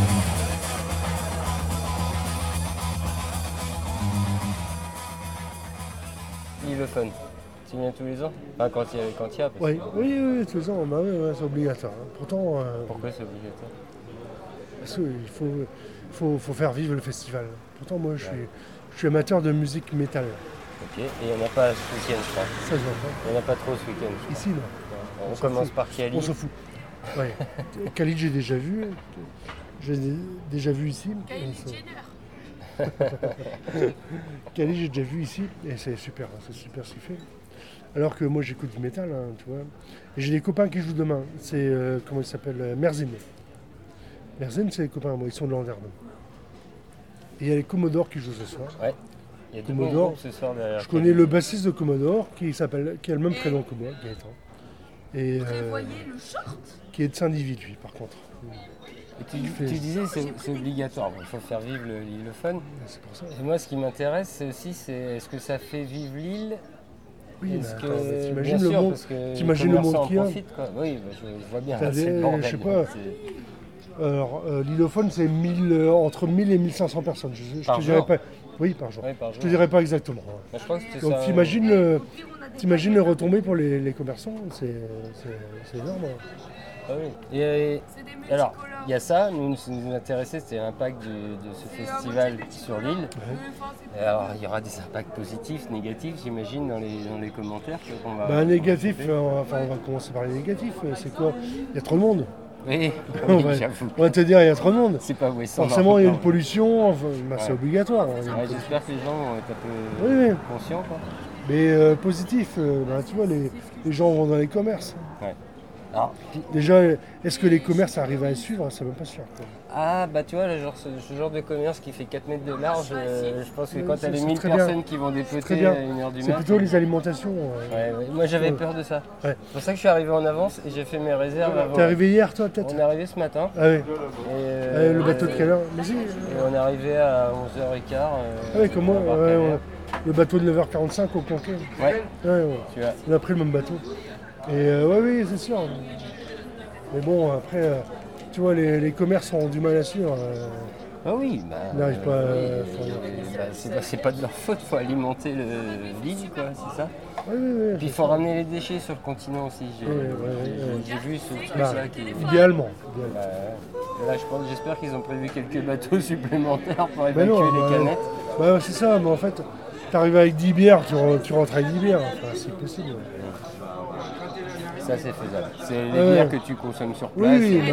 Le fun. Tu viens tous les ans? Enfin, quand il y a. Oui, tous les ans, c'est obligatoire. Pourtant. Pourquoi c'est obligatoire? Parce qu'il faut faire vivre le festival. Pourtant, moi, je suis amateur de musique métal. Ok, et il n'y en a pas ce week-end, je crois. Ça, je vois pas. Il n'y en a pas trop ce week-end. Ici, non. On commence par Khalid. On s'en fout. Ouais. Khalid, j'ai déjà vu. J'ai déjà vu ici. Khalid, j'ai déjà vu ici. Et c'est super ce qu'il fait. Alors que moi, j'écoute du métal, tu vois. Et j'ai des copains qui jouent demain. C'est, comment il s'appelle, Merzine. Merzine, c'est les copains, moi, ils sont de Landerne. Et il y a les Commodores qui jouent ce soir. Ouais. Il y a Commodore. Ce soir derrière. Je connais le bassiste de Commodore qui a le même prénom que moi, Gaëtan. Et qui est de Saint-Divy, lui, par contre. Et tu disais c'est obligatoire. Il faut faire vivre l'île Le Fun. C'est pour ça. Et moi, ce qui m'intéresse, c'est aussi, est-ce que ça fait vivre l'île? Oui, t'imagines le monde qu'il y a. Oui, je vois bien. Je sais pas. Alors, l'Îlophone, c'est entre 1000 et 1500 personnes. Je te dirais pas. Oui, par jour. Je te dirais pas exactement. Je crois que donc, ça... t'imagines les retombées pour les commerçants, c'est énorme. Ah oui. Et alors, il y a ça. Nous, ce qui nous intéressait, c'était l'impact de ce festival sur l'île. Ouais. Alors, il y aura des impacts positifs, négatifs, j'imagine, dans les commentaires. Négatif, on va commencer par les négatifs. C'est quoi? Il y a trop de monde. Oui, j'avoue. On va te dire, il y a trop de monde. C'est pas forcément, il y a une pollution, c'est obligatoire. J'espère que les gens vont être un peu conscients. Quoi. Mais positif, tu vois, les gens vont dans les commerces. Ouais. Alors, déjà, est-ce que les commerces arrivent à suivre? C'est même pas sûr. Quoi. Ah, tu vois, ce genre de commerce qui fait 4 mètres de large, je pense que quand tu as les 1000 personnes qui vont dépoter à 1h du matin... C'est plutôt les alimentations. Ouais. Moi, j'avais peur de ça. Ouais. C'est pour ça que je suis arrivé en avance et j'ai fait mes réserves avant. T'es arrivé hier, toi, peut-être? On est arrivé ce matin. Ah oui. Le bateau de quelle heure? On est arrivé à 11h15. Ah oui, comme moi. Le bateau de 9h45 au Conquet. Ouais. On a pris le même bateau. Et oui, c'est sûr. Mais bon, après, tu vois, les commerces ont du mal à suivre. Ah oui, ils n'arrivent pas c'est pas de leur faute, il faut alimenter l'île, quoi, c'est ça. Oui. Puis il faut ramener les déchets sur le continent aussi. J'ai vu ce truc-là qui... Idéalement. Là, j'espère qu'ils ont prévu quelques bateaux supplémentaires pour évacuer les canettes. C'est ça, mais en fait, tu arrives avec 10 bières, tu rentres avec 10 bières. Enfin, c'est possible. Ça, c'est faisable. C'est les bières que tu consommes sur place. Oui,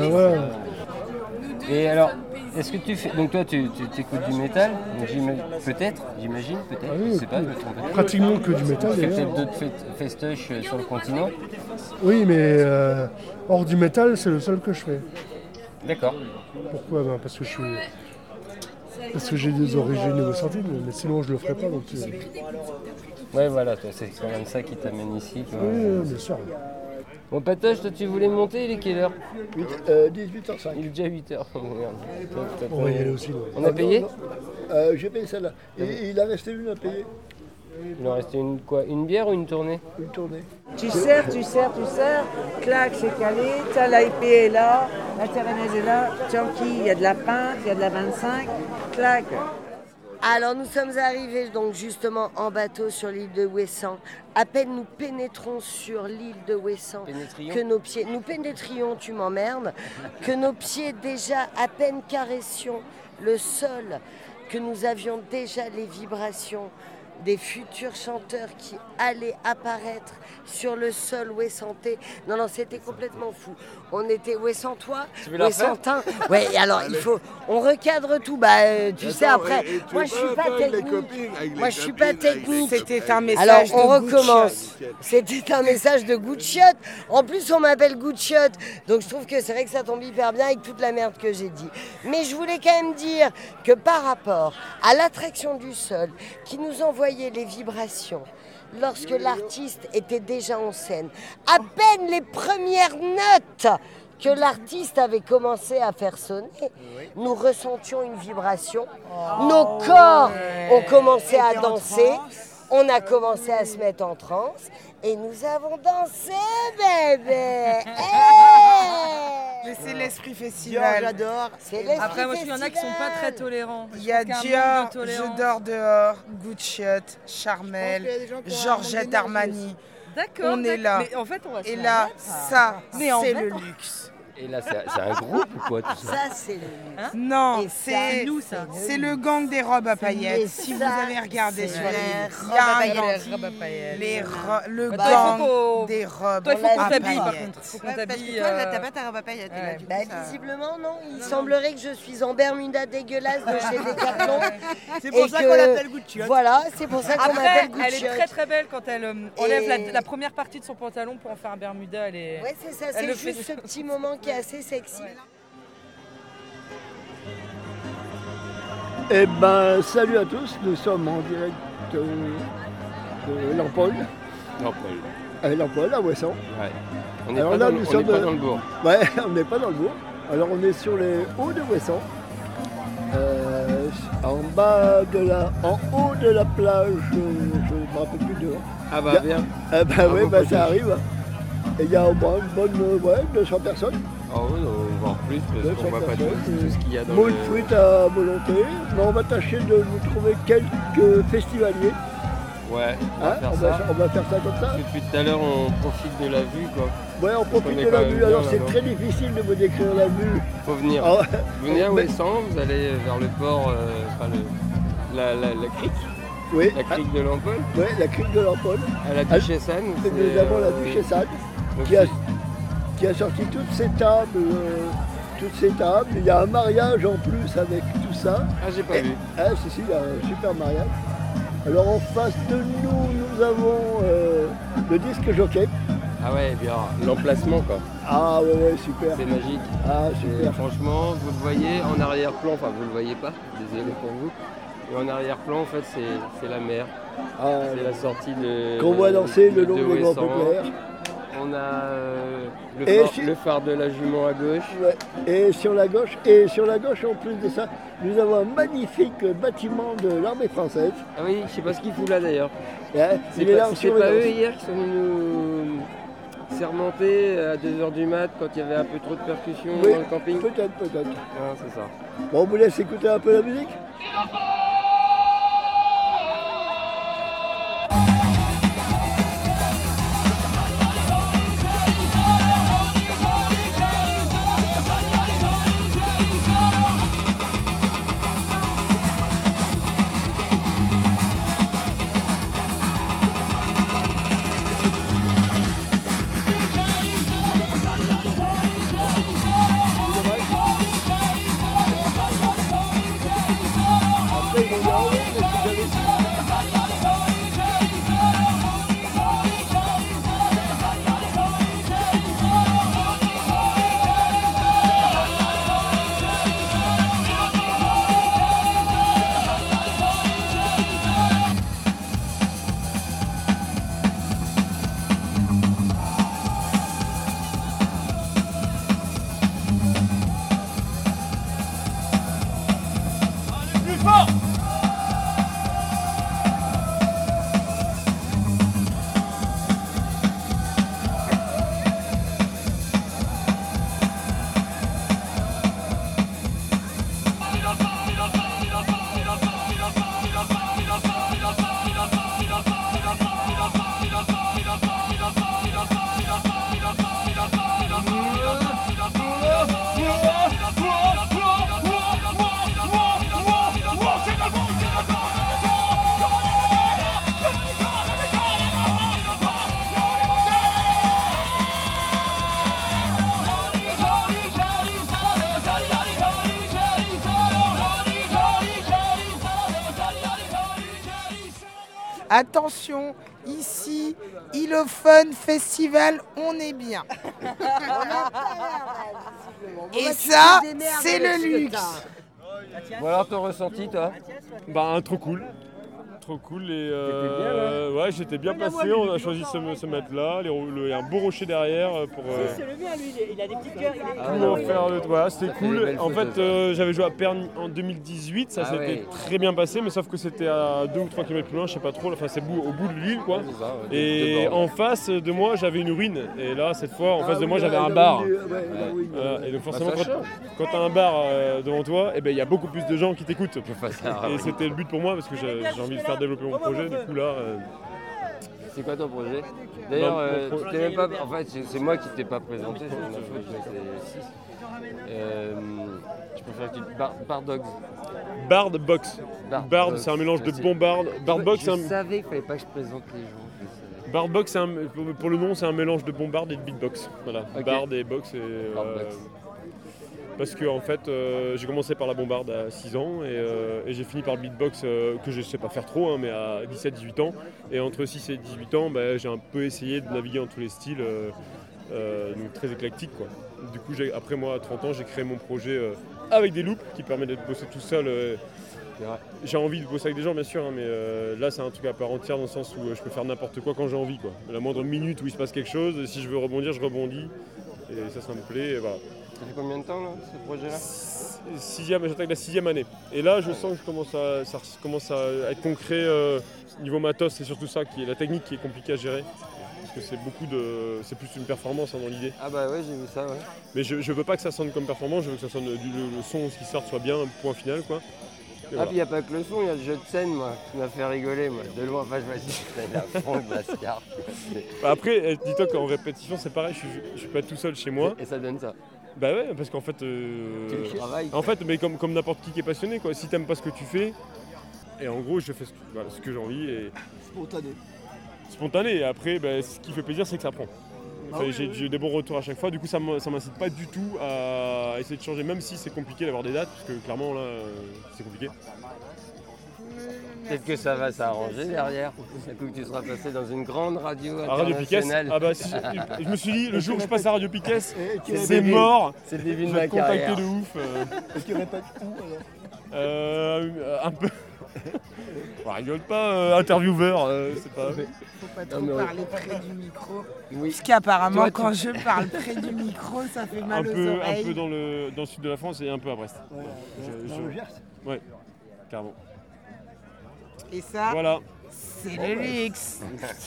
Et alors, est-ce que tu fais... Donc toi, tu écoutes du métal, j'imagine, peut-être, je sais pas, je me trompe. Pratiquement que du métal, d'ailleurs. Tu fais peut-être d'autres festoches sur le continent? Oui, mais hors du métal, c'est le seul que je fais. D'accord. Pourquoi? Parce que j'ai des origines néo-santines, mais sinon je le ferais pas. Donc, ouais, voilà, toi, c'est quand même ça qui t'amène ici. Oui, bien sûr. Bon, Patoche, toi, tu voulais monter, il est quelle heure? 18h05. Il est déjà 8h. Oh, merde. On va y aller aussi. On a payé? J'ai payé celle-là. Et il en restait une à payer. Il en restait une bière ou une tournée? Une tournée. Tu sers, clac, c'est calé, t'as l'IP est là, la Terrenaise est là, Tianki, il y a de la pinte, il y a de la 25, clac. Alors nous sommes arrivés donc justement en bateau sur l'île de Ouessant. À peine nous pénétrons sur l'île de Ouessant que nos pieds, nous pénétrions, tu m'emmerdes, que nos pieds déjà à peine caressions le sol, que nous avions déjà les vibrations des futurs chanteurs qui allaient apparaître sur le sol ouessantais. Non, c'était complètement fou. On était ouessantois, ouessantin. Ouais, alors il faut... On recadre tout. Tu sais, après, moi je suis pas technique. C'était un message alors, on de recommence. C'était un message de goût de chiotte. En plus, on m'appelle goût de chiotte. Donc je trouve que c'est vrai que ça tombe hyper bien avec toute la merde que j'ai dit. Mais je voulais quand même dire que par rapport à l'attraction du sol qui nous envoyait les vibrations lorsque l'artiste était déjà en scène, à peine les premières notes que l'artiste avait commencé à faire sonner, nous ressentions une vibration, nos corps ont commencé à danser, on a commencé à se mettre en transe et nous avons dansé, bébé. Mais c'est l'esprit festival. J'adore. Après, moi, il y en a qui sont pas très tolérants. Il y a Dior, Je dors dehors, Gucci, Charmel, Georgette Armani. D'accord. On est là. Mais en fait, on va Et là, ça, c'est le luxe. Et là, c'est un groupe ou quoi tout ça? Ça, c'est le luxe. Non, c'est nous, ça. C'est le gang des robes à paillettes. Si vous avez regardé sur les robes à paillettes, le gang des robes Toi, il faut qu'on à t'habille, par paillettes. contre. Faut qu'on Parce t'habille. que toi, là, t'as pas ta robe à paillettes. là, du coup, ça- Visiblement, non. Il semblerait que je suis en Bermuda dégueulasse de chez Decathlon. C'est pour ça qu'on l'appelle Gucci. Voilà, c'est pour ça qu'on Après, m'appelle elle Gucci. est très très belle quand elle enlève la première partie de son pantalon pour en faire un Bermuda. Ouais, c'est ça, elle c'est le juste fait. ce petit moment qui est assez sexy. Eh ben, salut à tous, nous sommes en direct de Lampol, Lampol à Ouessant. Ouais. On n'est Alors pas, là, on nous n'est sommes- pas dans le bourg. Ouais, on n'est pas dans le bourg. Alors on est sur les hauts de Ouessant, en haut de la plage, je ne me rappelle plus de nom. Ah bah bien. Eh ben oui, bon, bah, petit. ça arrive. Et il y a au moins une bonne 200 personnes. Ah oui, on va en plus parce qu'on voit pas tout ce qu'il y a dans Moult le... fruits à volonté. Mais on va tâcher de vous trouver quelques festivaliers. Ouais, Hein, on va faire ça. on va faire ça comme ça. Parce que depuis tout à l'heure, on profite de la vue, quoi. Ouais, on profite connaît de la pas vue. bien, Alors là, c'est non. très difficile de vous décrire la vue. Faut venir. Ah ouais. Venez à Mais- Ouessant, vous allez vers le port, la crique, Oui, la crique de Lampol, ouais, la crique de Lampol. à la Duchesse Anne. Et nous avons la Duchesse Anne qui a sorti toutes ces tables. Il y a un mariage en plus avec tout ça. Ah, j'ai pas vu. Ah, si, il y a un super mariage. Alors en face de nous avons le disque jockey. Ah ouais, et bien l'emplacement, quoi. Ah ouais, super. C'est magique. Ah, Et super. franchement, vous le voyez en arrière-plan, enfin vous le voyez pas, désolé pour vous. Et en arrière-plan, en fait, c'est la mer. Ah, C'est la sortie de... qu'on voit danser le de long des grands Ouessant. peuplères. On a Et le phare de la Jument à gauche. Ouais. Et sur la gauche, en plus de ça, nous avons un magnifique bâtiment de l'armée française. Ah oui, je sais pas ce qu'il fout là d'ailleurs. Hein, C'est il est là pas, sur c'est pas eux le hier qui sont venus nous sermenter à 2h du mat quand il y avait un peu trop de percussions Oui, dans le camping. peut-être. Ah, c'est ça. Bon, on vous laisse écouter un peu la musique. Après, ils vont dire, ah oui, mais si j'avais su. Attention, ici, Ilofun Festival, on est bien. Et ça, c'est le luxe. Bon alors ton ressenti toi? Bah trop cool. trop cool. Et T'étais bien, là ouais, j'étais bien passé. On a choisi ce mettre-là. Il y a un beau rocher derrière pour. C'est le mien, lui, il a des petits cœurs. Voilà, c'était cool. En fait, photos, j'avais joué à Pernes en 2018. Ça s'était très bien passé, mais sauf que c'était à 2 ou 3 km plus loin, je sais pas trop. Enfin, c'est au bout de l'île, quoi. Et en face de moi, j'avais une ruine. Et là, cette fois, en face de moi, j'avais un bar. Et donc, forcément, quand t'as un bar devant toi, il y a beaucoup plus de gens qui t'écoutent. Et c'était le but pour moi parce que j'ai envie de faire développer mon projet. Du coup, là. C'est quoi ton projet? D'ailleurs, même pas. En fait, c'est moi qui t'ai pas présenté, c'est ma faute, mais je préfère que tu Bard Dogs. Bard Box. Bard, c'est un mélange de bombarde. Bard Box, je savais qu'il fallait pas que je présente les gens. Bard Box, pour le nom, c'est un mélange de bombarde et de beatbox. Voilà. Okay. Bard et box. Parce que en fait, j'ai commencé par la bombarde à 6 ans et j'ai fini par le beatbox que je sais pas faire trop, mais à 17-18 ans. Et entre 6 et 18 ans, j'ai un peu essayé de naviguer dans tous les styles, donc très éclectique, quoi. Du coup, après moi, à 30 ans, j'ai créé mon projet avec des loops qui permet de bosser tout seul. J'ai envie de bosser avec des gens, bien sûr, mais là, c'est un truc à part entière dans le sens où je peux faire n'importe quoi quand j'ai envie, quoi. La moindre minute où il se passe quelque chose, si je veux rebondir, je rebondis. Et ça me plaît, et voilà. Ça fait combien de temps, là, ce projet-là? J'attaque la 6e année. Et là, je sens que ça commence à être concret niveau matos. C'est surtout ça, la technique qui est compliquée à gérer. Parce que c'est plus une performance dans l'idée. Ah bah ouais, j'ai vu ça, ouais. Mais je veux pas que ça sonne comme performance, je veux que ça sonne le son qui sort soit bien, point final, quoi. Et voilà. Puis il n'y a pas que le son, il y a le jeu de scène, moi, qui m'a fait rigoler, moi. De loin, enfin, je me dis, c'est la fond de Lascar. Après, dis-toi qu'en répétition, c'est pareil, je suis pas tout seul chez moi. Et ça donne ça. Bah ouais, parce qu'en fait, en fait, mais comme n'importe qui est passionné, quoi. Si t'aimes pas ce que tu fais, et en gros, je fais ce que j'ai envie et spontané. Et après, ce qui fait plaisir, c'est que ça prend. J'ai des bons retours à chaque fois. Du coup, ça m'incite pas du tout à essayer de changer, même si c'est compliqué d'avoir des dates, parce que clairement là, c'est compliqué. Peut-être que ça va s'arranger derrière. Du coup, tu seras passé dans une grande radio internationale. Ah bah, je me suis dit, le jour où je passe à Radio Piquet, c'est mort. C'est le début de ma carrière. Je vais te contacter de ouf. Est-ce qu'il répète où alors un peu. On rigole pas, intervieweur, c'est pas. Faut pas trop parler près du micro. Oui. Parce qu'apparemment, quand je parle près du micro, ça fait mal aux oreilles. Un peu dans le sud de la France et un peu à Brest. Dans le Gers. Ouais, carrément. Et ça, voilà. C'est le luxe.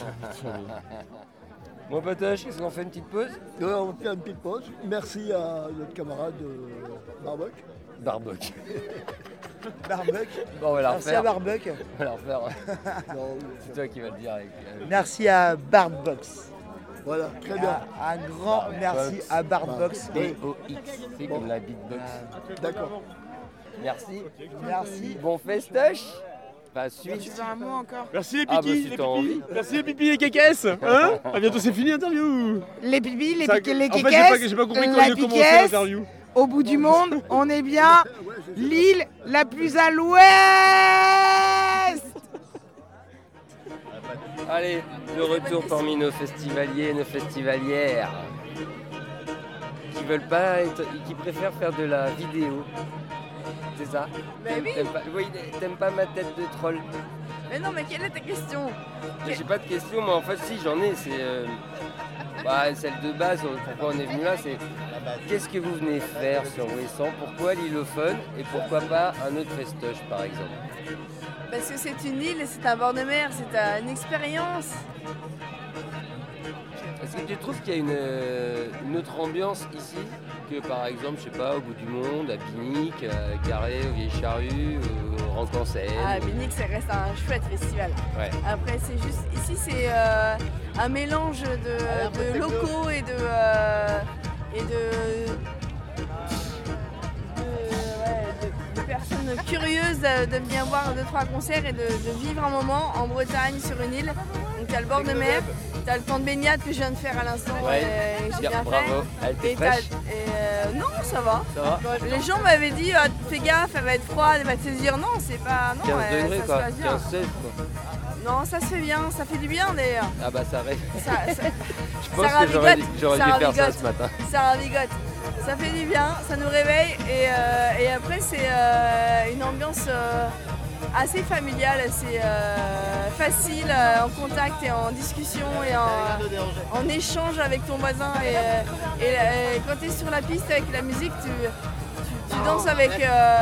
Bon, Patoche, est-ce qu'on fait une petite pause? Ouais, on fait une petite pause. Merci à notre camarade Barbuck. Barbuck. Barbuck. Bon, on va la merci refaire. À Barbuck. On va la refaire. C'est toi qui vas le dire. Merci à Bardbox. Voilà, très bien. Un grand merci à Bardbox. B-O-X. C'est comme la beatbox. D'accord. Merci. Merci. Bon festoche. Bah, tu veux un mot encore? Merci les pipis, Merci les pipis, les kékesses. Hein, à bientôt, c'est fini l'interview. Les pipis, les kékesses. En fait, j'ai pas compris comment il a commencé l'interview. Au bout du monde, on est bien l'île la plus à l'ouest. Allez, de retour parmi nos festivaliers et nos festivalières qui veulent pas qui préfèrent faire de la vidéo. C'est ça? Mais oui. T'aimes pas ma tête de troll? Mais non, mais quelle est ta question? J'ai pas de question, mais en fait si j'en ai, c'est celle de base, pourquoi on est venu là, c'est qu'est-ce que vous venez faire sur Ouessant? Pourquoi l'îlophone et pourquoi pas un autre festoche par exemple? Parce que c'est une île, c'est un bord de mer, c'est une expérience. Est-ce que tu trouves qu'il y a une autre ambiance ici que par exemple, je sais pas, au Bout du Monde, à Binic, à Carré, au Vieilles Charrues, au Ranc-en-Seine? À Binic, ça reste un chouette festival. Ouais. Après, c'est juste, ici c'est un mélange de locaux et de personnes curieuses de venir voir 2-3 concerts et de vivre un moment en Bretagne sur une île. Donc tu as le bord de mer, tu as le temps de baignade que je viens de faire à l'instant et j'ai bien bravo. fait. Elle était fraîche. Non, ça va. Ça va. Les gens m'avaient dit fais gaffe, elle va être froide, elle va te saisir. Non, c'est pas. Non, 15 degrés ça quoi, se passe bien. 15-16 quoi. Non, ça se fait bien, ça fait du bien d'ailleurs. Ah bah ça rêve. Je pense que j'aurais dû faire ça ce matin. Ça ravigote. Ça fait du bien, ça nous réveille et après c'est une ambiance assez familial, assez facile en contact et en discussion et en échange avec ton voisin. Et quand tu es sur la piste avec la musique, tu danses avec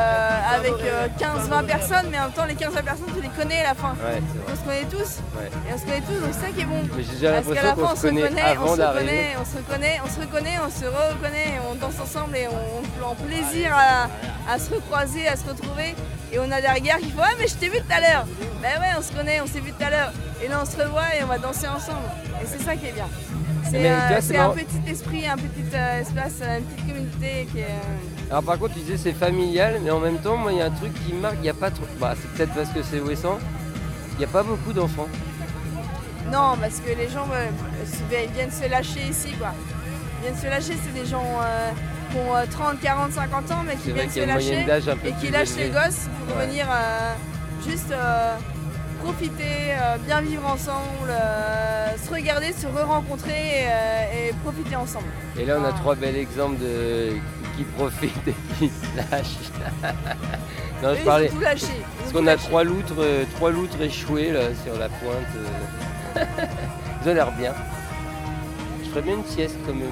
15-20 personnes, mais en même temps les 15-20 personnes tu les connais à la fin. Ouais, on se connaît tous. Ouais. Et on se connaît tous, donc c'est ça qui est bon. Mais j'ai déjà l'impression qu'on se connaît avant d'arriver. On se reconnaît, on se reconnaît, on danse ensemble et on prend plaisir à se recroiser, à se retrouver. Et on a des regards qui font « Ah mais je t'ai vu tout à l'heure !» Ben ouais, on se connaît, on s'est vu tout à l'heure. Et là on se revoit et on va danser ensemble. Et c'est ça qui est bien. C'est un petit esprit, un petit espace, une petite communauté qui est... Alors par contre tu disais c'est familial, mais en même temps moi il y a un truc qui me marque, il n'y a pas trop... Bah c'est peut-être parce que c'est Ouessant, il n'y a pas beaucoup d'enfants. Non, parce que les gens viennent se lâcher ici quoi. Ils viennent se lâcher, c'est des gens qui ont 30, 40, 50 ans mais qui viennent se lâcher et qui lâchent les gosses pour venir juste profiter, bien vivre ensemble, se regarder, se re-rencontrer et profiter ensemble. Et là on a 3 bels exemples de qui profitent et qui se lâchent. Non, je parlais. Tout lâché. Parce qu'on a 3 loutres échoués là sur la pointe. Ils ont l'air bien. Je ferais bien une sieste quand même.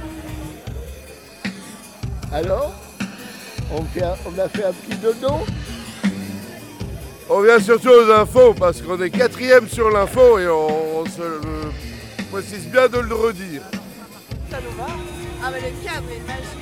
Alors, on a fait un petit dodo. On vient surtout aux infos parce qu'on est 4e sur l'info et on se précise bien de le redire. Ça nous va. Ah mais le cadre est magique.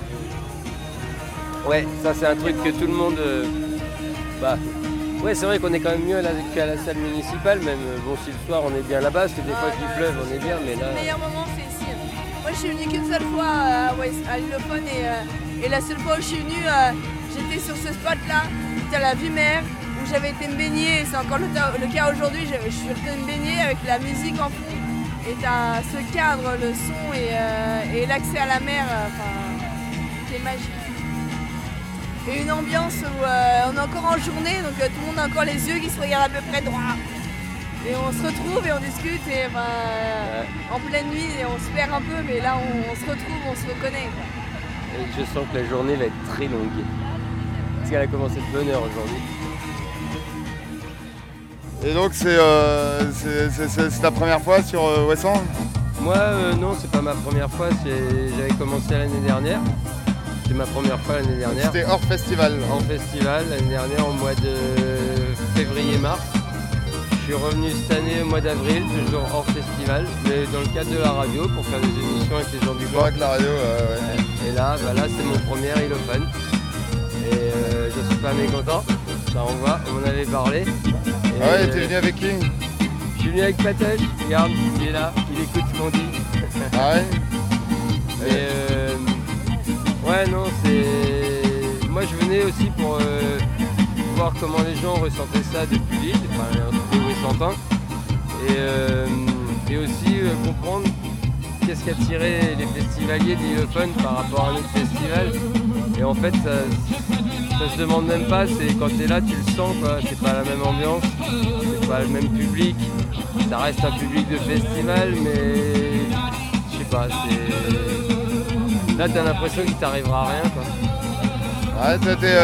Ouais, ça c'est un truc que tout le monde... Ouais, c'est vrai qu'on est quand même mieux qu'à la salle municipale, même bon si le soir on est bien là-bas, parce que des fois qu'il pleuve on est bien, mais là... Le meilleur moment c'est ici. Moi je suis venue qu'une seule fois à l'Illophone et la seule fois où je suis venue, j'étais sur ce spot là, c'était à la vue mer, où j'avais été me baigner, et c'est encore le cas aujourd'hui, je suis retournée me baigner avec la musique en fond, et t'as ce cadre, le son et l'accès à la mer, c'est magique. Et une ambiance où on est encore en journée, donc tout le monde a encore les yeux qui se regardent à peu près droit. Et on se retrouve et on discute et en pleine nuit et on se perd un peu, mais là on se retrouve, on se reconnaît. Quoi. Et je sens que la journée va être très longue. Parce qu'elle a commencé de bonne heure aujourd'hui. Et donc c'est ta première fois sur Ouessant ? Moi non, c'est pas ma première fois, j'avais commencé l'année dernière. C'était ma première fois l'année dernière. C'était hors festival. En festival, l'année dernière au mois de février-mars. Je suis revenu cette année au mois d'avril, toujours hors festival, mais dans le cadre de la radio pour faire des émissions avec les gens du coin. Avec la radio, ouais. Et là c'est mon premier Illophone. Et je suis pas mécontent, ça envoie, on en avait parlé. Et ouais, t'es venu avec qui ? Je suis venu avec Patoche, regarde, il est là, il écoute ce qu'on dit. Ah ouais ? Ouais, non, c'est... Moi, je venais aussi pour voir comment les gens ressentaient ça depuis l'île, enfin, les Ouessantins, et aussi comprendre qu'est-ce qui attirait les festivaliers d'Illophone par rapport à notre festival. Et en fait, ça se demande même pas, c'est quand t'es là, tu le sens, quoi. C'est pas la même ambiance, c'est pas le même public. Ça reste un public de festival, mais je sais pas, c'est... Là, t'as l'impression qu'il t'arrivera à rien, quoi. Ouais,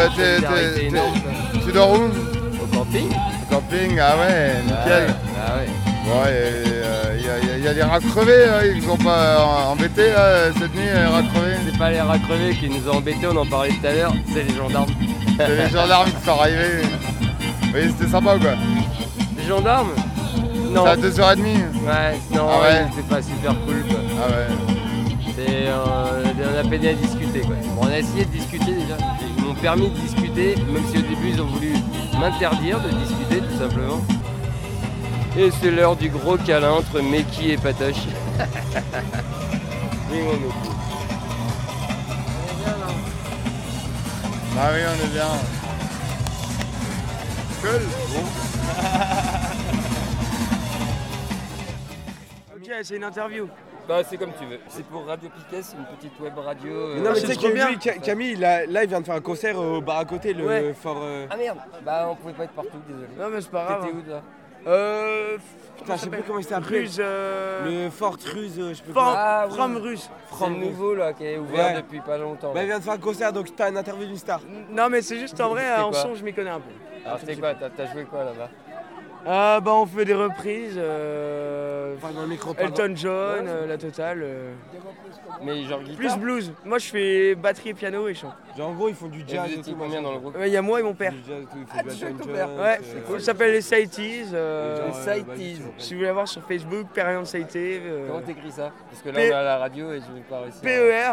tu dors où ? Au camping. Au camping, ah ouais, nickel. Ah ouais. Ouais, il y a les rats crevés, là, ils nous ont pas embêtés là, cette nuit, les rats crevés. C'est pas les rats crevés qui nous ont embêtés, on en parlait tout à l'heure, c'est les gendarmes. C'est les gendarmes qui sont arrivés. Oui, c'était sympa ou quoi ? Les gendarmes ? Non. C'est à 2h30 ? Ouais, non, ah ouais. C'était pas super cool, quoi. Ah ouais. On a peiné à discuter, quoi. Bon, on a essayé de discuter déjà. Ils m'ont permis de discuter, même si au début ils ont voulu m'interdire de discuter tout simplement. Et c'est l'heure du gros câlin entre Meki et Patoche. Oui, mon Meki. On est bien là. Ah oui, on est bien. Cool. Bon. Ok, c'est une interview. Bah c'est comme tu veux. C'est pour Radio Piquet, c'est une petite web radio. Non mais tu sais que lui, Camille, là il vient de faire un concert au bar à côté, le fort... Ah merde, bah on pouvait pas être partout, désolé. Non mais c'est pas grave. T'étais où toi ? Putain, je sais plus comment il s'appelle. Le Fort Ruse, je peux pas. From Ruse. C'est le nouveau là qui est ouvert depuis pas longtemps. Bah, il vient de faire un concert, donc t'as une interview d'une star. Non, mais c'est juste en vrai, en son, je m'y connais un peu. Alors c'était quoi? T'as joué quoi là-bas? On fait des reprises. Dans le micro, Elton John, la totale. Mais genre guitare? Plus blues. Moi, je fais batterie et piano et chant. Genre en gros, ils font du jazz. Et vous étiez combien dans le groupe? Il y a moi et mon père. Tu joues avec ton père? Ouais, c'est cool. Ça s'appelle les Saities. Les Saities. Si vous voulez voir sur Facebook, Perian Saité. Comment t'écris ça? Parce que là, on est à la radio et je vais pas réussir.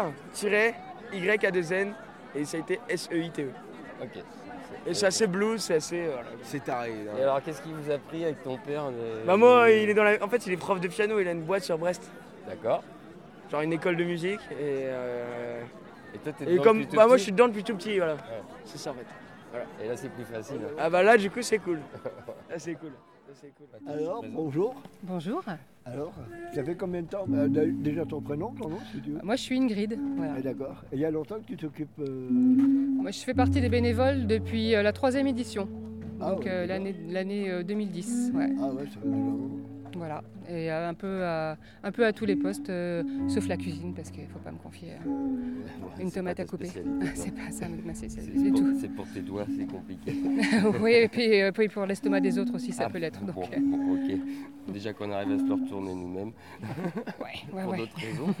PER-Y-A-2-N et Saité S-E-I-T-E. Ok. Et c'est assez blues, c'est assez. C'est taré. Et alors, qu'est-ce qu'il vous a pris avec ton père? Moi, en fait, il est prof de piano, il a une boîte sur Brest. D'accord. Genre une école de musique. Et toi, t'es dedans depuis tout petit? Moi, je suis dedans depuis tout petit, voilà. Ouais. C'est ça en fait. Voilà. Et là, c'est plus facile. Là, du coup, c'est cool. Là, c'est cool. Alors, bonjour. Bonjour. Alors, ça fait combien de temps déjà ton prénom, ton nom, si tu veux? Moi, je suis Ingrid. Voilà. Ah, d'accord. Et il y a longtemps que tu t'occupes Moi, je fais partie des bénévoles depuis la 3e édition. Donc ouais, l'année 2010. Ouais. Ah ouais, ça fait déjà longtemps. Voilà. Et un peu à tous les postes, sauf la cuisine, parce qu'il ne faut pas me confier une tomate à couper. C'est pas ça ma spécialité du tout. C'est pour tes doigts, c'est compliqué. Oui, et puis pour l'estomac des autres aussi, ça peut l'être. Bon, ok. Déjà qu'on arrive à se le retourner nous-mêmes. Pour d'autres raisons.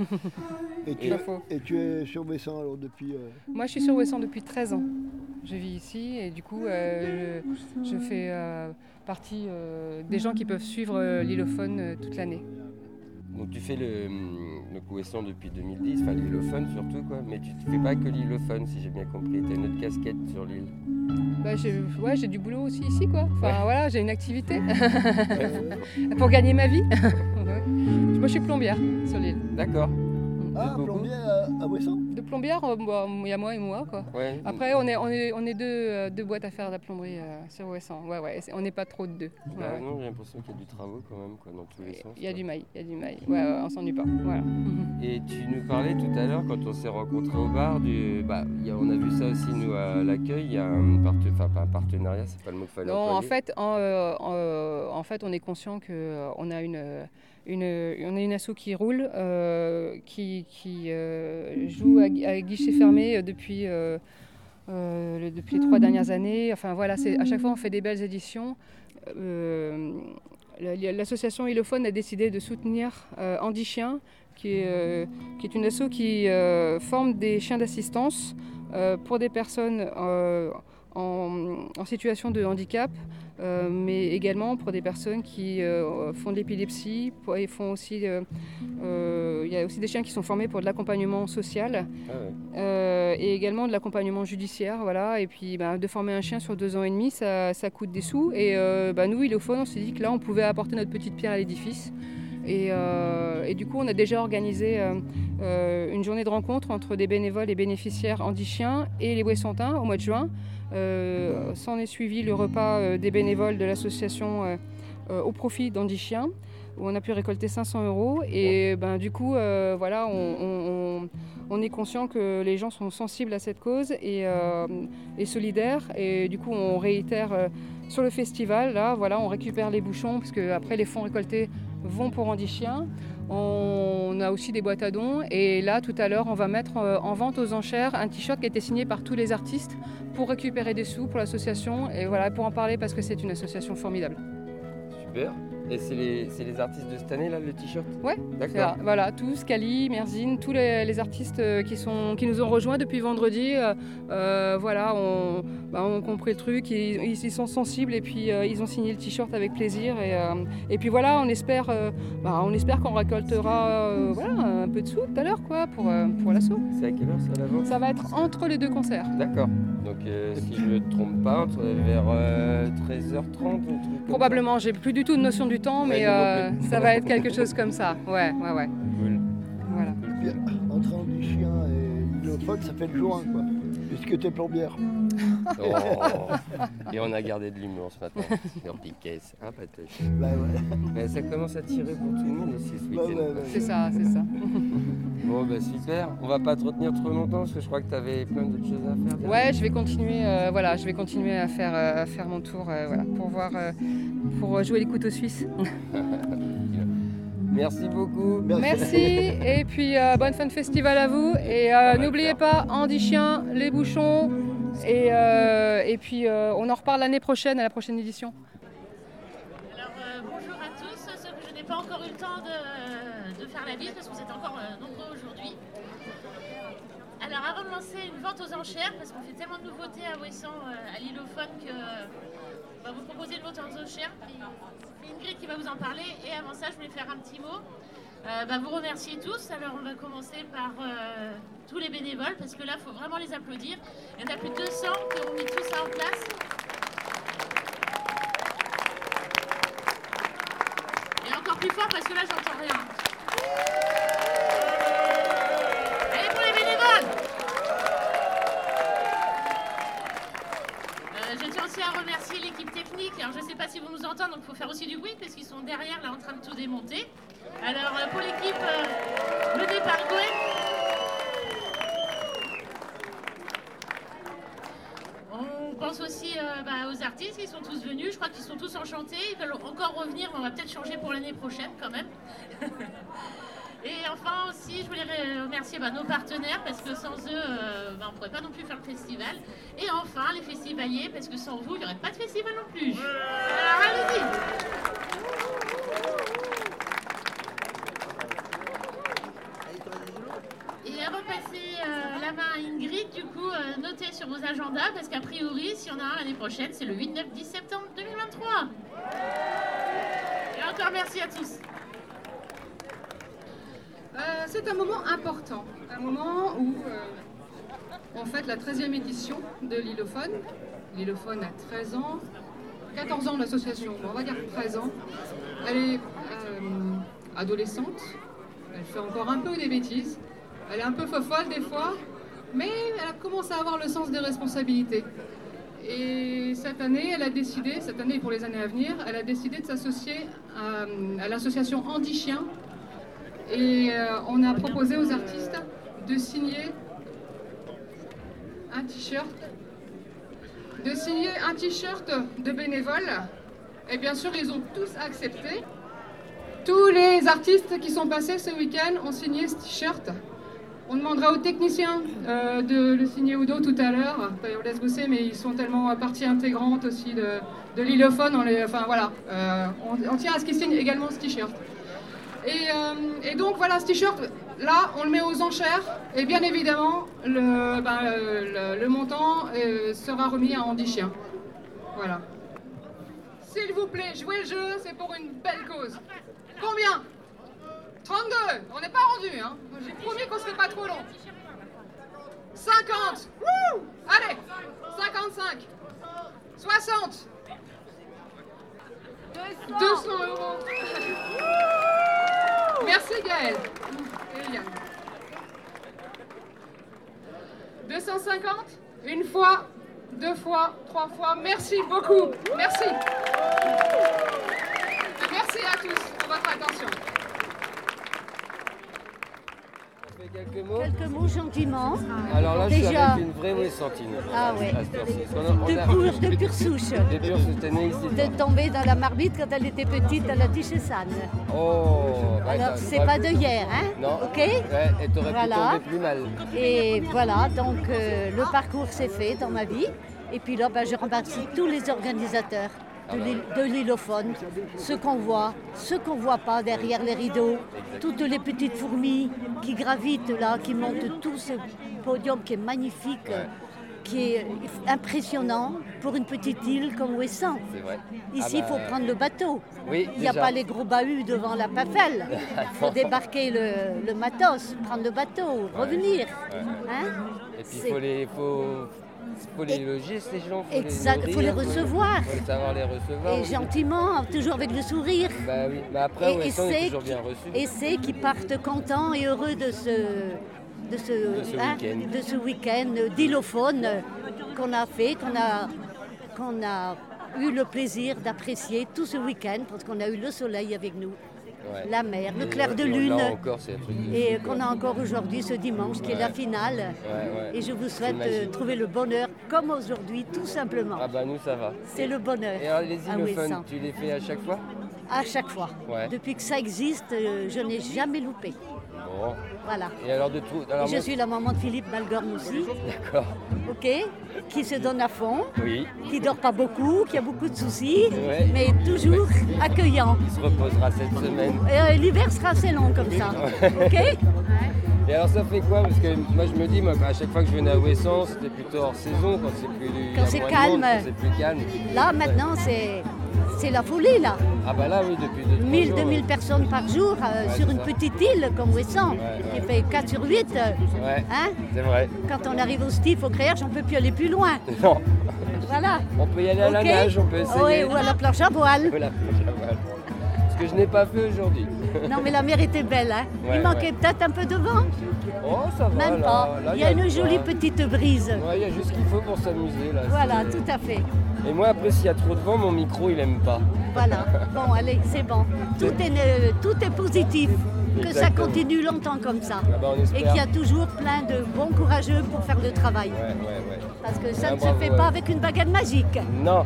Et tu es sur Ouessant alors depuis Moi, je suis sur Ouessant depuis 13 ans. Je vis ici et du coup, je fais partie des gens qui peuvent suivre l'Ilophone toute l'année. Donc tu fais le Ouessant depuis 2010, enfin l'Ilophone surtout quoi, mais tu ne fais pas que l'Ilophone si j'ai bien compris, tu as une autre casquette sur l'île. J'ai du boulot aussi ici quoi, voilà, j'ai une activité pour gagner ma vie. Moi je suis plombière sur l'île. D'accord. Ah, plombier à Ouessant? De plombière, il y a moi et moi quoi. Ouais. Après on est deux boîtes à faire de la plomberie sur Ouessant. Ouais, on n'est pas trop de deux. Non, j'ai l'impression qu'il y a du travaux quand même quoi, dans tous les sens. Il y a du mail. Ouais, on s'ennuie pas. Voilà. Et tu nous parlais tout à l'heure quand on s'est rencontrés au bar on a vu ça aussi nous à l'accueil, il y a pas un partenariat, c'est pas le mot qu'il fallait employer. En fait, on est conscient que on a une asso qui roule, qui joue à guichet fermé depuis les 3 dernières années. Enfin voilà, à chaque fois on fait des belles éditions. L'association Ilophone a décidé de soutenir Andy Chien, qui est une asso qui forme des chiens d'assistance pour des personnes en situation de handicap, mais également pour des personnes qui font de l'épilepsie. Il y a aussi des chiens qui sont formés pour de l'accompagnement social et également de l'accompagnement judiciaire. Voilà. Et puis de former un chien sur 2 ans et demi, ça coûte des sous. Et nous, Ilophone, on s'est dit que là, on pouvait apporter notre petite pierre à l'édifice. Et du coup, on a déjà organisé une journée de rencontre entre des bénévoles et bénéficiaires Andy Chien et les Ouessantins au mois de juin. S'en est suivi le repas des bénévoles de l'association au profit d'Andy Chien, où on a pu récolter 500 €. Et du coup, voilà, on est conscient que les gens sont sensibles à cette cause et solidaires. Et du coup, on réitère sur le festival, là, voilà, on récupère les bouchons, parce qu'après, les fonds récoltés vont pour Andy Chien. On a aussi des boîtes à dons. Et là, tout à l'heure, on va mettre en vente aux enchères un t-shirt qui a été signé par tous les artistes pour récupérer des sous pour l'association. Et voilà, pour en parler, parce que c'est une association formidable. Super. Et c'est les artistes de cette année, là, le t-shirt? Ouais, d'accord. Voilà, tous, Kali, Merzine, tous les artistes qui nous ont rejoints depuis vendredi, voilà, ont compris le truc, ils sont sensibles et puis ils ont signé le t-shirt avec plaisir. Et puis voilà, on espère qu'on récoltera un peu de sous tout à l'heure quoi, pour l'asso. C'est à quelle heure ça, l'avant? Ça va être entre les 2 concerts. D'accord. Donc si je ne me trompe pas, vers 13h30 probablement, j'ai plus du tout de notion du temps, mais ça va être quelque chose comme ça. Ouais. Cool. Voilà. Entre Andy Chien et Ilophone, ça fait le juin, quoi. puisque tu es plombière. Oh. Et on a gardé de l'humour ce matin, sur Piquet, hein, Patoche? Bah ouais. Mais ça commence à tirer pour tout le monde aussi ce week-end. Ouais. C'est ça. Bon, bah super. On va pas te retenir trop longtemps parce que je crois que tu avais plein d'autres choses à faire. Ouais, je vais continuer à faire mon tour, pour jouer les couteaux suisses. Merci beaucoup. Merci. Et puis bonne fin de festival à vous. Et n'oubliez pas, Andy Chien, les bouchons. Et puis on en reparle l'année prochaine, à la prochaine édition. Alors bonjour à tous, ceux que je n'ai pas encore eu le temps de faire la bise parce que vous êtes encore nombreux aujourd'hui. Alors avant de lancer une vente aux enchères, parce qu'on fait tellement de nouveautés à Ouessant, à l'Ilophone, que on va vous proposer une vente aux enchères. C'est Ingrid qui va vous en parler. Et avant ça, je voulais faire un petit mot. Vous remercier tous. Alors on va commencer par tous les bénévoles, parce que là, il faut vraiment les applaudir. Il y en a plus de 200 qui ont mis tout ça en place. Et encore plus fort, parce que là, j'entends rien. Allez pour les bénévoles! Je tiens aussi à remercier l'équipe technique. Alors, je ne sais pas si vous nous entendez, donc il faut faire aussi du bruit parce qu'ils sont derrière là en train de tout démonter. Alors pour l'équipe menée par Gwen, on pense aussi aux artistes qui sont tous venus. Je crois qu'ils sont tous enchantés. Ils veulent encore revenir, mais on va peut-être changer pour l'année prochaine quand même. Et enfin aussi, je voulais remercier nos partenaires parce que sans eux, on ne pourrait pas non plus faire le festival. Et enfin, les festivaliers, parce que sans vous, il n'y aurait pas de festival non plus. Alors allez-y. Et avant de passer la main à Ingrid, du coup, notez sur vos agendas parce qu'a priori, s'il y en a un l'année prochaine, c'est le 8, 9, 10 septembre 2023. Et encore merci à tous. C'est un moment important, un moment où on fête la 13e édition de l'Ilophone. L'Ilophone a 13 ans, 14 ans l'association, on va dire 13 ans. Elle est adolescente, elle fait encore un peu des bêtises, elle est un peu fofolle des fois, mais elle commence à avoir le sens des responsabilités. Et cette année, elle a décidé, cette année et pour les années à venir, elle a décidé de s'associer à l'association Andy Chien. Et on a proposé aux artistes de signer un t-shirt, de bénévoles. Et bien sûr, ils ont tous accepté. Tous les artistes qui sont passés ce week-end ont signé ce t-shirt. On demandera aux techniciens de le signer ou d'autres tout à l'heure. On laisse bosser, mais ils sont tellement partie intégrante aussi de l'Ilophone. On tient à ce qu'ils signent également ce t-shirt. Et donc voilà, ce t-shirt, là, on le met aux enchères. Et bien évidemment, le montant sera remis à Andy Chien. Voilà. S'il vous plaît, jouez le jeu, c'est pour une belle cause. Combien ? 32. On n'est pas rendu, hein. J'ai promis qu'on serait pas trop long. 50. Wouh ! Allez. 55. 60. 200 euros. Merci Gaëlle. Et Yann. 250. Une fois, 2 fois, 3 fois. Merci beaucoup. Merci. Et merci à tous pour votre attention. Quelques mots gentiment. Alors là, déjà... je suis avec une vraie Ouessantine. Ah ouais. De pure souche. De pure souche, t'es née ici. De tomber dans la marmite quand elle était petite à la Duchessanne. Oh. Alors c'est pas de hier, hein? Non. Ok. Ouais, et t'aurais pu tomber plus mal. Et voilà, donc le parcours s'est fait dans ma vie. Et puis là, je remercie tous les organisateurs de l'Ilophone, ceux qu'on voit pas derrière les rideaux, toutes les petites fourmis qui gravitent là, qui montent tout ce podium qui est magnifique, qui est impressionnant pour une petite île comme Ouessant. Ici, il faut prendre le bateau. Oui, il n'y a pas les gros bahuts devant la Pafelle. Il faut débarquer le matos, prendre le bateau, revenir. Hein? Et puis il faut les loger, ces gens. Il faut les recevoir. Il faut savoir les recevoir. Et gentiment, toujours avec le sourire. Bah oui, mais après, Ouessant est toujours bien reçu. Et c'est qu'ils partent contents et heureux de de ce week-end d'Ilophone qu'on a fait, qu'on a eu le plaisir d'apprécier tout ce week-end parce qu'on a eu le soleil avec nous, la mer, le clair de lune, et qu'on a encore aujourd'hui ce dimanche qui est la finale. Et je vous souhaite de trouver le bonheur comme aujourd'hui, tout simplement. Ah bah nous ça va. C'est le bonheur. Et alors les Ilophones, tu les fais à chaque fois? À chaque fois. Depuis que ça existe, je n'ai jamais loupé. Bon. Voilà. Et alors je suis la maman de Philippe Malgorn aussi. D'accord. Ok. Qui se donne à fond. Oui. Qui dort pas beaucoup, qui a beaucoup de soucis, mais toujours accueillant. Il se reposera cette semaine. L'hiver sera assez long comme ça. Ok. Et alors ça fait quoi? Parce que moi je me dis, à chaque fois que je venais à Ouessant, c'était plutôt hors saison, quand c'est plus calme. Quand c'est plus calme. Là maintenant c'est la folie là. Ah bah là oui, depuis 2-3 jours. 1000-2000 personnes par jour sur une petite île comme Ouessant, qui fait 4 sur 8. Hein, c'est vrai. Quand on arrive au Stif, au Créerge, on ne peut plus aller plus loin. Non. Voilà. On peut y aller à la nage, on peut essayer. Oui, ou à la planche à voile. Ce que je n'ai pas fait aujourd'hui. Non mais la mer était belle, hein. Il manquait peut-être un peu de vent. Oh ça va. Même pas. Là, il y a une jolie petite brise. Il y a juste ce qu'il faut pour s'amuser là. Voilà, tout à fait. Et moi après s'il y a trop de vent, mon micro il aime pas. Voilà. Bon allez, c'est bon. Tout est positif. Que ça continue longtemps comme ça. Ah bah, et qu'il y a toujours plein de bons courageux pour faire le travail. Parce que ça ne se fait pas avec une baguette magique. Non.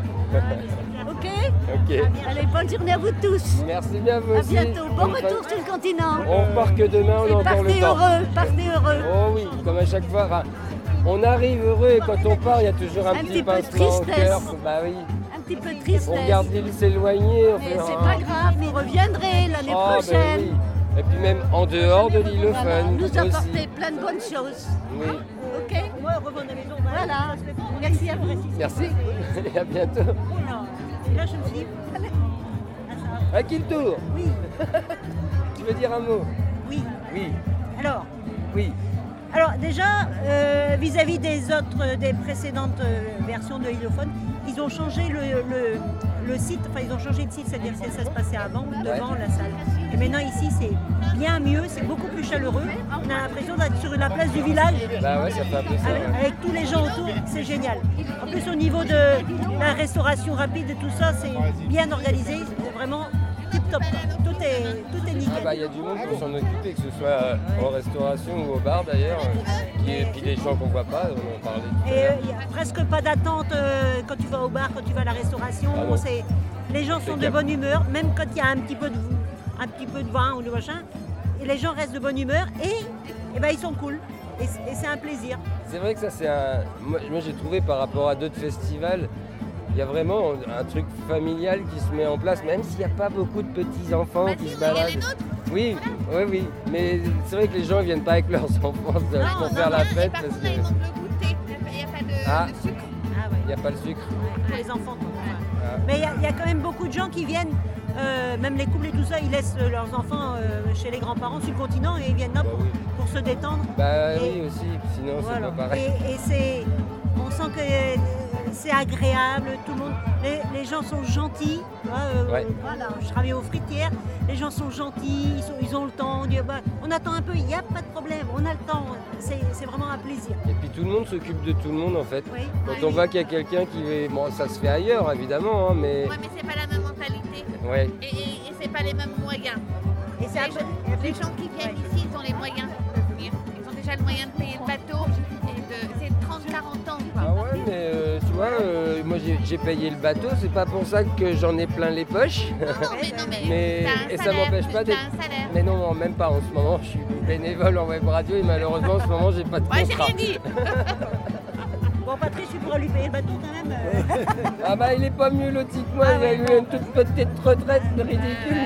Ok. Ok. Allez, bonne journée à vous tous. Merci bien vous aussi. À bientôt. Bon retour sur le continent. On repart que demain, on a encore le temps. Partez heureux. Oh oui, comme à chaque fois. Enfin, on arrive heureux et quand on part, il y a toujours un petit pincement au cœur. Bah oui. Un petit peu de tristesse. On regarde l'île s'éloigner. Mais c'est pas grave, vous reviendrez l'année prochaine. Ben oui. Et puis même en dehors de l'Ilophone. Nous apporter plein de bonnes choses. Oui. Ok. Moi, revenons à la maison. Voilà. Merci à vous. Merci. Et à bientôt. Et là, je me dis, à qui le tour? Oui. Tu veux dire un mot? Oui. Oui. Alors? Oui. Alors déjà, vis-à-vis des précédentes versions de Ilophone, ils ont changé le site, enfin ils ont changé de site, c'est-à-dire que ça se passait avant, devant la salle. Et maintenant ici c'est bien mieux, c'est beaucoup plus chaleureux. On a l'impression d'être sur la place du village. Bah ouais, ça fait un peu ça. Avec tous les gens autour, c'est génial. En plus au niveau de la restauration rapide et tout ça, c'est bien organisé, c'est vraiment tip-top. Tout est nickel. Ah bah il y a du monde pour s'en occuper, que ce soit en restauration ou au bar d'ailleurs. Et puis les gens qu'on voit pas, on en parlait tout à l'heure. Et il n'y a presque pas d'attente quand tu vas au bar, quand tu vas à la restauration. Les gens sont de bonne humeur, même quand il y a un petit peu de vin ou de machin. Et les gens restent de bonne humeur et ben, ils sont cool. Et c'est un plaisir. C'est vrai que ça c'est un... Moi j'ai trouvé par rapport à d'autres festivals, il y a vraiment un truc familial qui se met en place, même s'il n'y a pas beaucoup de petits-enfants qui se baladent. Oui, oui, mais c'est vrai que les gens ne viennent pas avec leurs enfants pour faire la fête. Parce que... ils manquent le goûter, il n'y a pas de sucre. Il n'y a pas le sucre. Pour les enfants. Mais il y a quand même beaucoup de gens qui viennent, même les couples et tout ça, ils laissent leurs enfants chez les grands-parents sur le continent et ils viennent là pour se détendre. Oui aussi, sinon c'est pas pareil. Et on sent que c'est agréable, tout le monde, les gens sont gentils. Voilà, je travaille aux fritières, les gens sont gentils, ils ont le temps. On attend un peu, il n'y a pas de problème, on a le temps, c'est vraiment un plaisir. Et puis tout le monde s'occupe de tout le monde en fait. Oui. Quand on voit qu'il y a quelqu'un qui est... Bon, ça se fait ailleurs évidemment, hein, mais... Ouais, mais c'est pas la même mentalité. Ouais. Et c'est pas les mêmes moyens. Et les gens qui viennent ici, ils ont les moyens de venir. Ils ont déjà le moyen de payer le bateau. C'est 30-40 ans. Quoi. Ah ouais, mais tu vois, moi j'ai payé le bateau, c'est pas pour ça que j'en ai plein les poches. Non, mais et ça m'empêche pas d'être... Mais non, même pas en ce moment, je suis bénévole en web radio et malheureusement en ce moment j'ai pas de contrat. Ouais, j'ai rien dit. Bon, Patrice, tu pourras lui payer le bateau quand même. Ah bah il est pas mieux loti que moi, il a eu une toute petite retraite ridicule.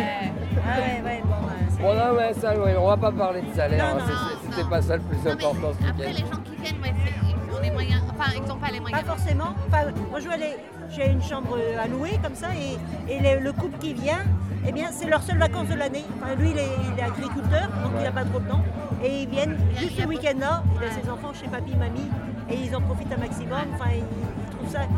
Bon là, ça, on va pas parler de salaire, c'était pas ça le plus important ce week-end. Après, les gens qui viennent, ils ont les moyens, enfin ils n'ont pas les moyens. Pas forcément. Enfin, moi j'ai une chambre à louer comme ça et le couple qui vient, eh bien c'est leurs seules vacances de l'année. Enfin, lui il est agriculteur, donc il n'a pas trop de temps. Et ils viennent juste ce week-end-là, il a ses enfants chez papy, mamie, et ils en profitent un maximum. Enfin, ils trouvent ça...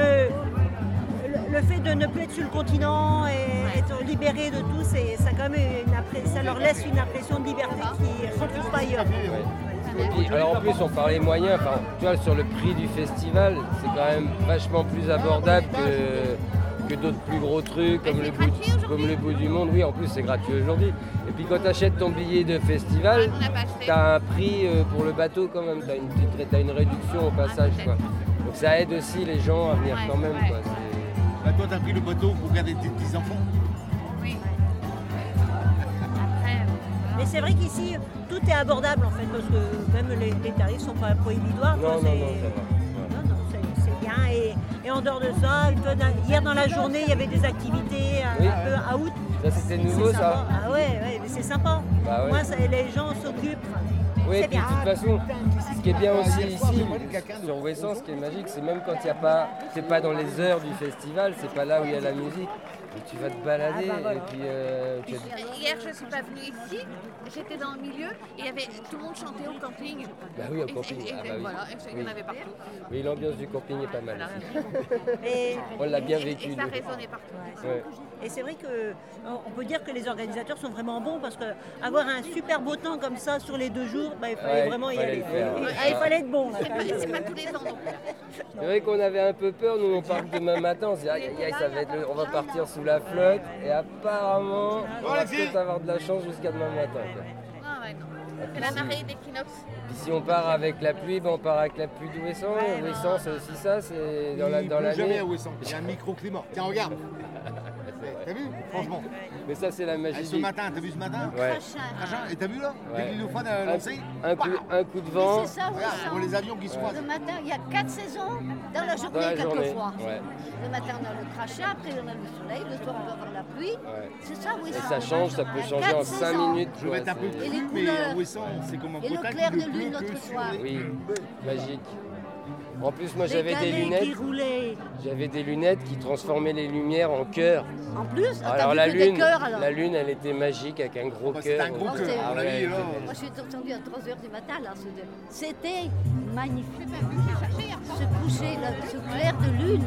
Le fait de ne plus être sur le continent et être libéré de tout, ça leur laisse une impression de liberté qu'ils ne retrouvent pas ailleurs. puis, alors en plus, on parlait moyens. Enfin, tu vois, sur le prix du festival, c'est quand même vachement plus abordable que d'autres plus gros trucs comme le bout du monde. Oui, en plus, c'est gratuit aujourd'hui. Et puis, quand tu achètes ton billet de festival, tu as un prix pour le bateau quand même. Tu as une réduction au passage, quoi. Donc, ça aide aussi les gens à venir quand même, quoi. Bah, toi, tu as pris le bateau pour garder tes petits-enfants. Mais c'est vrai qu'ici, tout est abordable en fait, parce que même les tarifs ne sont pas prohibitoires. Non, c'est bien. Et en dehors de ça, hier dans la journée, il y avait des activités un peu out. Ça, c'était nouveau, ça. Ah ouais, mais c'est sympa. Bah, ouais. Moi, les gens s'occupent. Oui, et puis bien. de toute façon, ce qui est bien aussi ici, sur Ouessant, ce qui est magique, c'est même quand il n'y a pas, c'est pas dans les heures du festival, c'est pas là où il y a la musique. Et tu vas te balader et puis Hier, je ne suis pas venue ici, j'étais dans le milieu et tout le monde chantait au camping. Bah oui, au camping. Voilà, il y en avait partout. Oui, l'ambiance du camping est pas mal ici. On l'a bien vécu. Et ça résonnait partout. Ouais. Et c'est vrai qu'on peut dire que les organisateurs sont vraiment bons parce qu'avoir un super beau temps comme ça sur les 2 jours, il fallait vraiment y aller. Il fallait être bon. C'est pas tous les ans non plus. C'est vrai qu'on avait un peu peur, nous on part demain matin, on se dit on va partir sous la flotte et apparemment on va peut-être avoir de la chance jusqu'à demain matin. Ah ouais, non. C'est la marée d'équinoxe. Puis si on part avec la pluie, on part avec la pluie d'Ouessant. Ouessant, c'est aussi ça, c'est dans l'année. Jamais à Ouessant, il y a un microclimat. Tiens, regarde. T'as vu? Franchement. Mais ça, c'est la magie. Ce matin, t'as vu ce matin? Ouais. Et t'as vu là? Dès que l'Ilophone a lancé? Un coup de vent. C'est ça, pour les avions qui se croisent. Le matin, il y a 4 saisons dans la journée, quelquefois. Ouais. Le matin, on a le crachat, après on a le soleil, le soir, on va avoir la pluie. Ouais. C'est ça, Ouessant. Et ça change, ça peut changer en 5 minutes. Je vais être un peu cru, mais Ouessant, c'est comme en Bretagne. Et le clair de lune l'autre soir. Oui, magique. En plus, moi, j'avais des lunettes. J'avais des lunettes qui transformaient les lumières en cœur. En plus, alors la lune, elle était magique avec un gros cœur. C'était un gros cœur. Moi, je suis descendue à 3h du matin là. C'était magnifique. Ce coucher, ce clair de lune.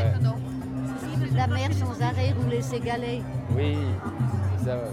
Ouais. La mer sans arrêt roulait ses galets. Oui, ça va.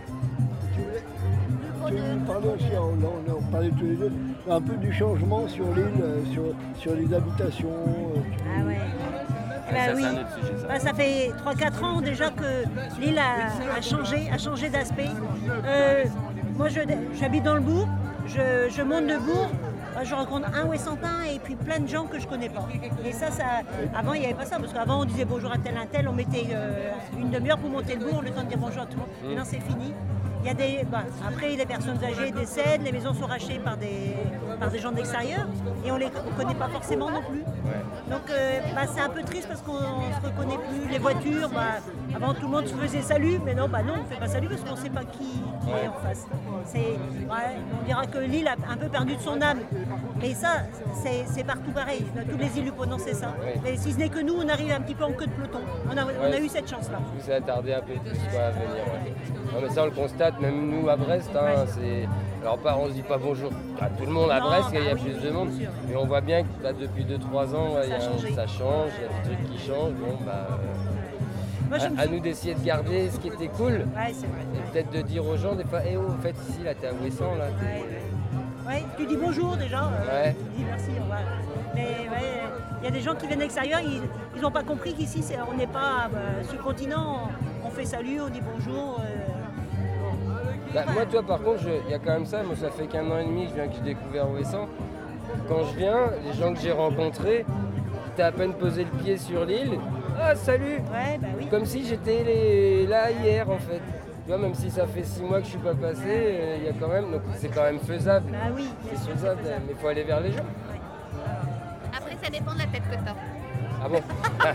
Tu veux me parler aussi, on parlait tous les deux, un peu du changement sur l'île, sur les habitations. Ah ouais. Oui. Ça fait 3-4 ans déjà que l'île a changé d'aspect. Moi j'habite dans le bourg, je monte de bourg, je rencontre un Ouessantin et puis plein de gens que je connais pas. Et ça avant il n'y avait pas ça, parce qu'avant on disait bonjour à tel, on mettait une demi-heure pour monter le bourg, le temps de dire bonjour à tout le monde. Maintenant c'est fini. Il y a après, les personnes âgées décèdent, les maisons sont rachetées par des gens d'extérieur et on ne connaît pas forcément non plus. Ouais. Donc c'est un peu triste parce qu'on ne se reconnaît plus. Les voitures, avant tout le monde se faisait salut, mais non, on ne fait pas salut parce qu'on ne sait pas qui est en face. On dira que l'île a un peu perdu de son âme. Et ça, c'est partout pareil. Toutes les îles du Ponant, c'est ça. Ouais. Mais si ce n'est que nous, on arrive un petit peu en queue de peloton. On a eu cette chance-là. Ça a tardé un peu plus à venir. Ouais. Non, mais ça, on le constate, même nous à Brest. Hein, alors, on ne se dit pas bonjour à tout le monde à Brest, il y a plus de monde. Mais on voit bien que depuis 2-3 ans, ça change, il y a des trucs qui changent. Bon, à nous d'essayer de garder ce qui était cool. Ouais, c'est vrai. Et peut-être de dire aux gens des fois, en fait, ici, là, t'es à Ouessant, là. Ouais, tu dis bonjour déjà. Tu dis merci, au revoir. Mais il y a des gens qui viennent de l'extérieur, ils n'ont pas compris qu'ici, on n'est pas sur le continent, on fait salut, on dit bonjour. Moi, toi, par contre, il y a quand même ça. Moi, ça fait qu'1 an et demi que j'ai découvert Ouessant. Quand je viens, les gens que j'ai rencontrés, t'as à peine posé le pied sur l'île. Ah, salut! Ouais, oui. Comme si j'étais là hier, en fait. Tu vois, même si ça fait 6 mois que je suis pas passé, il y a quand même. Donc, c'est quand même faisable. Bah oui, c'est faisable, mais il faut aller vers les gens. Après, ça dépend de la tête que t'as. Ah bon?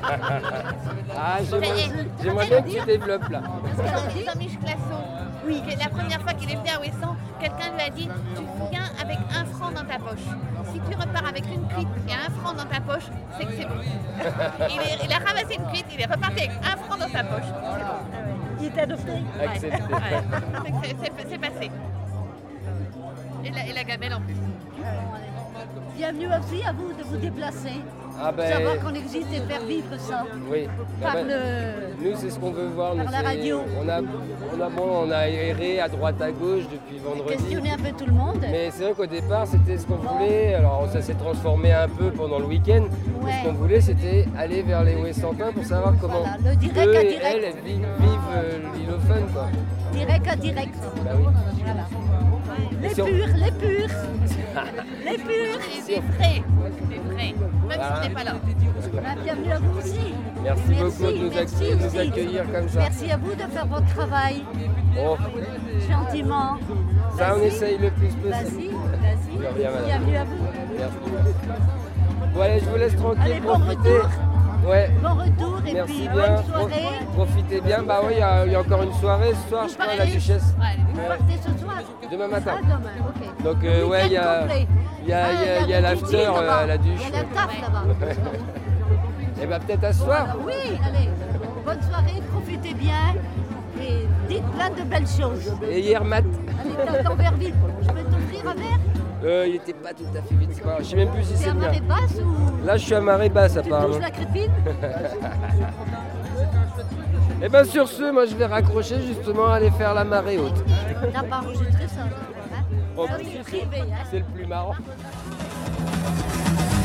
J'aimerais bien que tu développes là. Parce que Jean-Michel Classon, la première fois qu'il est venu à Ouessant, quelqu'un lui a dit tu viens avec 1 franc dans ta poche. Si tu repars avec une cuite et 1 franc dans ta poche, c'est que c'est bon. Il a ramassé une cuite, il est reparti avec 1 franc dans sa poche. Il était adopté. Accepté. C'est passé. Et la gamelle en plus. Bienvenue aussi à vous de vous déplacer. savoir qu'on existe et faire vivre ça. Oui. Nous, c'est ce qu'on veut voir. Par la radio. On a erré à droite à gauche depuis vendredi. Questionner un peu tout le monde. Mais c'est vrai qu'au départ, c'était ce qu'on voulait. Alors ça s'est transformé un peu pendant le week-end. Ouais. Ce qu'on voulait, c'était aller vers les Ouessantins pour savoir comment le direct eux à et direct. elles vivent l'Illophone, quoi. Direct à direct. Bah oui. Voilà. Les purs. Les purs. C'est vrai. Même si on n'est pas là. Bienvenue à vous aussi. Merci beaucoup de nous accueillir comme ça. Merci à vous de faire votre travail. Oh. Gentiment. Ça, on essaye le plus possible. Vas-y. Bienvenue à vous. Merci. Bon, allez, je vous laisse tranquille. Allez, bon retour. Ouais. Bon retour et merci puis bien. bonne soirée. Profitez bien. Bah oui, il y a encore une soirée ce soir, je crois, à la Duchesse. Vous partez ce soir? Demain matin. Ah, demain, ok. Donc, ouais, il y a l'after à la Duche. Il y a la taf là-bas. Et bah peut-être à ce soir. Oui, allez. Bonne soirée, profitez bien. Et dites plein de belles choses. Et hier, Matt. Allez, ton verre vide. Je peux t'offrir un verre? Il n'était pas tout à fait vide, je sais même plus si c'est à le mien. marée basse ou... Là, je suis à marée basse, apparemment. Tu touches la crépine? Et bien sur ce, moi je vais raccrocher justement, aller faire la marée haute. T'as pas enregistré ça, hein? Oh, Ça, c'est privé, hein? C'est le plus marrant.